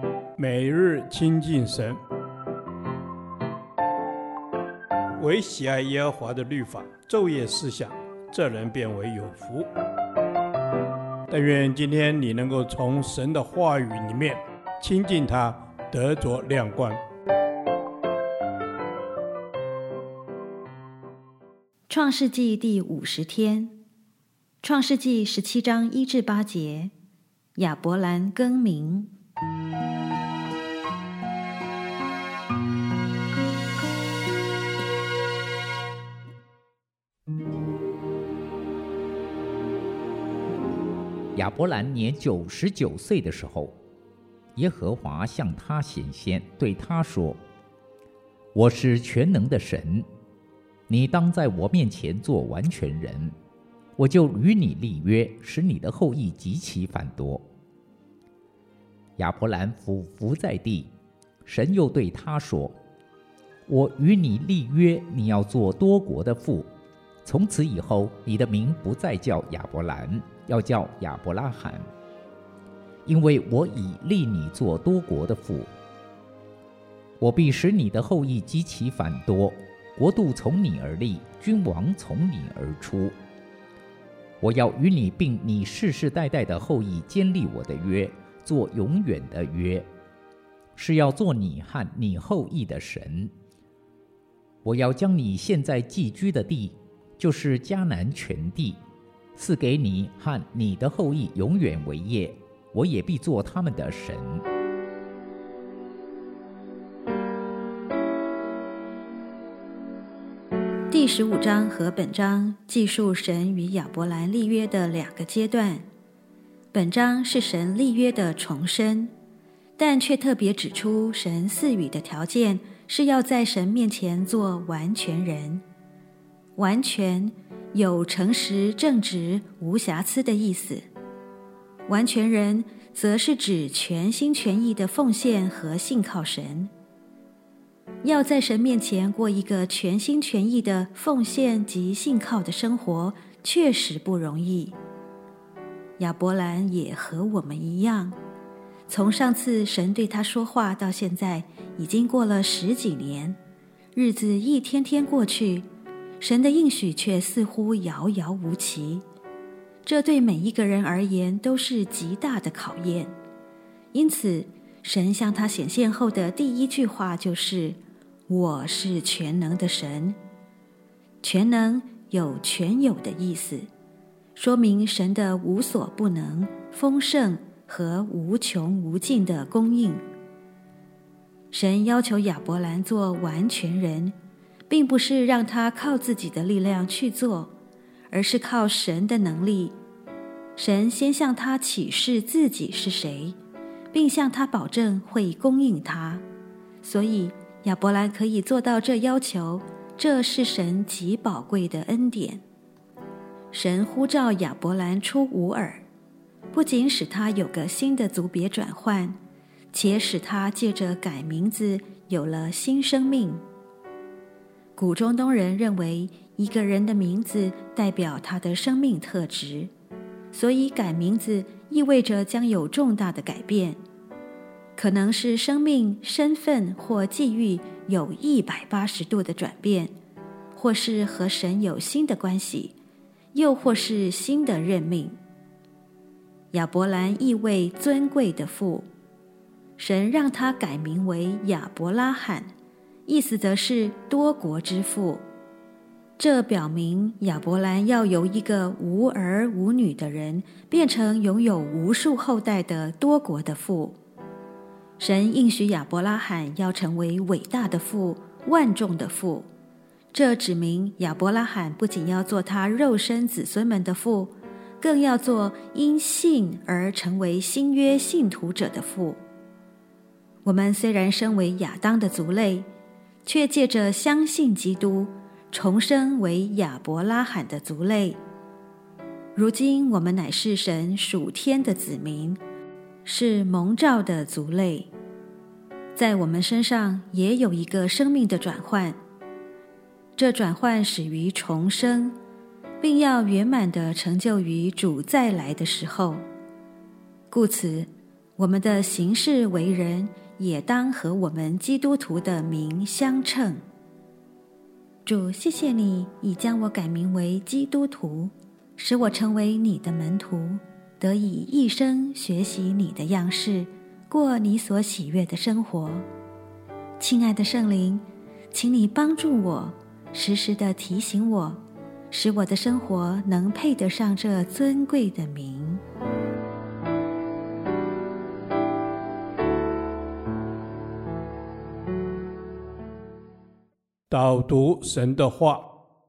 每日亲近神，唯喜爱耶和华的律法，昼夜思想，这人变为有福。但愿今天你能够从神的话语里面亲近他，得着亮光。 创世纪第50天，创世纪17章1至8节，亚伯兰更名。 亚伯兰年99岁的时候，耶和华向他显现，对他说：我是全能的神，你当在我面前做完全人，我就与你立约，使你的后裔极其繁多。亚伯兰俯伏在地，神又对他说：我与你立约，你要做多国的父，从此以后，你的名不再叫亚伯兰，要叫亚伯拉罕，因为我已立你做多国的父。我必使你的后裔极其繁多，国度从你而立，君王从你而出。我要与你并你世世代代的后裔坚立我的约，做永远的约，是要做你和你后裔的神。我要将你现在寄居的地，就是迦南全地，赐给你和你的后裔永远为业，我也必做他们的神。 第15章和本章记述神与亚伯兰立约的2个阶段。本章是神立约的重申，但却特别指出神赐予的条件是要在神面前做完全人。完全有诚实、正直、无瑕疵的意思。完全人则是指全心全意的奉献和信靠神。要在神面前过一个全心全意的奉献及信靠的生活，确实不容易。亚伯兰也和我们一样，从上次神对他说话到现在，已经过了10几年，日子一天天过去，神的应许却似乎遥遥无期。这对每一个人而言都是极大的考验。因此，神向他显现后的第一句话就是我是全能的神。全能有全有的意思，说明神的无所不能、丰盛和无穷无尽的供应。神要求亚伯兰做完全人，并不是让他靠自己的力量去做，而是靠神的能力。神先向他启示自己是谁，并向他保证会供应他，所以亚伯兰可以做到这要求，这是神极宝贵的恩典。神呼召亚伯兰出吾尔，不仅使他有个新的族别转换，且使他借着改名字有了新生命。古中东人认为一个人的名字代表他的生命特质，所以改名字意味着将有重大的改变，可能是生命、身份或际遇有180度的转变，或是和神有新的关系，又或是新的任命。亚伯兰意为尊贵的父，神让他改名为亚伯拉罕，意思则是多国之父。这表明亚伯兰要由一个无儿无女的人变成拥有无数后代的多国的父。神应许亚伯拉罕要成为伟大的父、万众的父，这指明亚伯拉罕不仅要做他肉身子孙们的父，更要做因信而成为新约信徒者的父。我们虽然身为亚当的族类，却借着相信基督重生为亚伯拉罕的族类。如今我们乃是神属天的子民，是蒙召的族类。在我们身上也有一个生命的转换，这转换始于重生，并要圆满地成就于主再来的时候。故此， 我们的行事为人也当和我们基督徒的名相称。主，谢谢你已将我改名为基督徒，使我成为你的门徒，得以一生学习你的样式，过你所喜悦的生活。亲爱的圣灵，请你帮助我，时时地提醒我，使我的生活能配得上这尊贵的名。 导读神的话。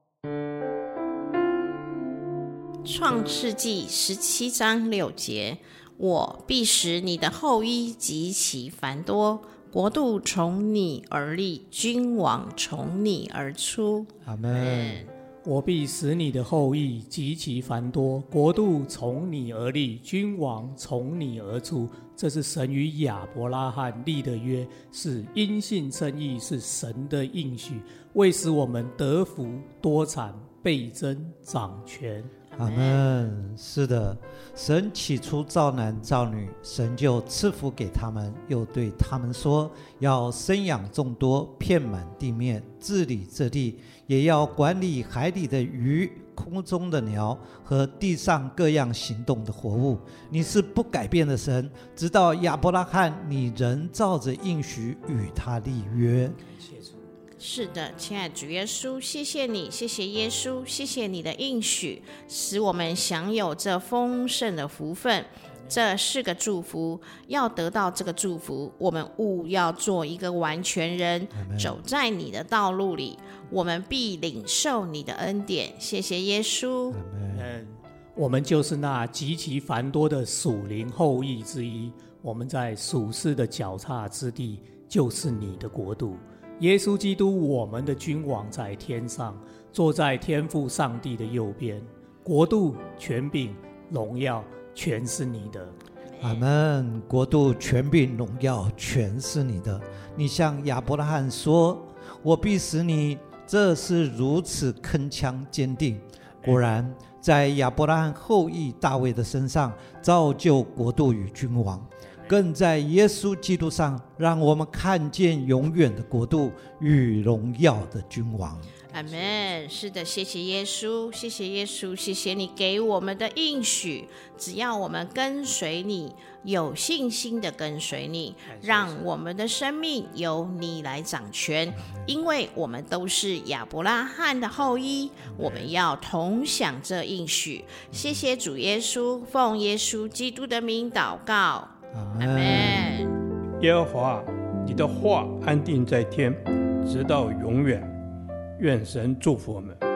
创世纪17章6节，我必使你的后裔极其繁多，国度从你而立，君王从你而出。 阿们。我必使你的后裔极其繁多，国度从你而立，君王从你而出。这是神与亚伯拉罕立的约，是因信称义，是神的应许，为使我们得福、多产、倍增、长全。 阿们。是的，神起初造男造女，神就赐福给他们，又对他们说，要生养众多，遍满地面，治理这地，也要管理海里的鱼，空中的鸟和地上各样行动的活物。你是不改变的神，直到亚伯拉罕，你仍照着应许与他立约。 是的，亲爱的主耶稣，谢谢你，谢谢耶稣，谢谢你的应许，使我们享有这丰盛的福分。这是个祝福，要得到这个祝福，我们务要做一个完全人，走在你的道路里，我们必领受你的恩典。谢谢耶稣。 我们就是那极其繁多的属灵后裔之一，我们在属世的脚踏之地，就是你的国度。耶稣基督，我们的君王在天上，坐在天父上帝的右边，国度、权柄、荣耀全是你的。 阿们。国度、权柄、荣耀全是你的。你向亚伯拉罕说，我必使你，这是如此铿锵坚定。果然在亚伯拉罕后裔大卫的身上造就国度与君王，更在耶稣基督上让我们看见永远的国度与荣耀的君王。 阿们。是的，谢谢耶稣，谢谢耶稣，谢谢你给我们的应许，只要我们跟随你，有信心的跟随你，让我们的生命由你来掌权，因为我们都是亚伯拉罕的后裔，我们要同享这应许。谢谢主耶稣，奉耶稣基督的名祷告。阿们。 耶和华，你的话安定在天，直到永远。愿神祝福我们。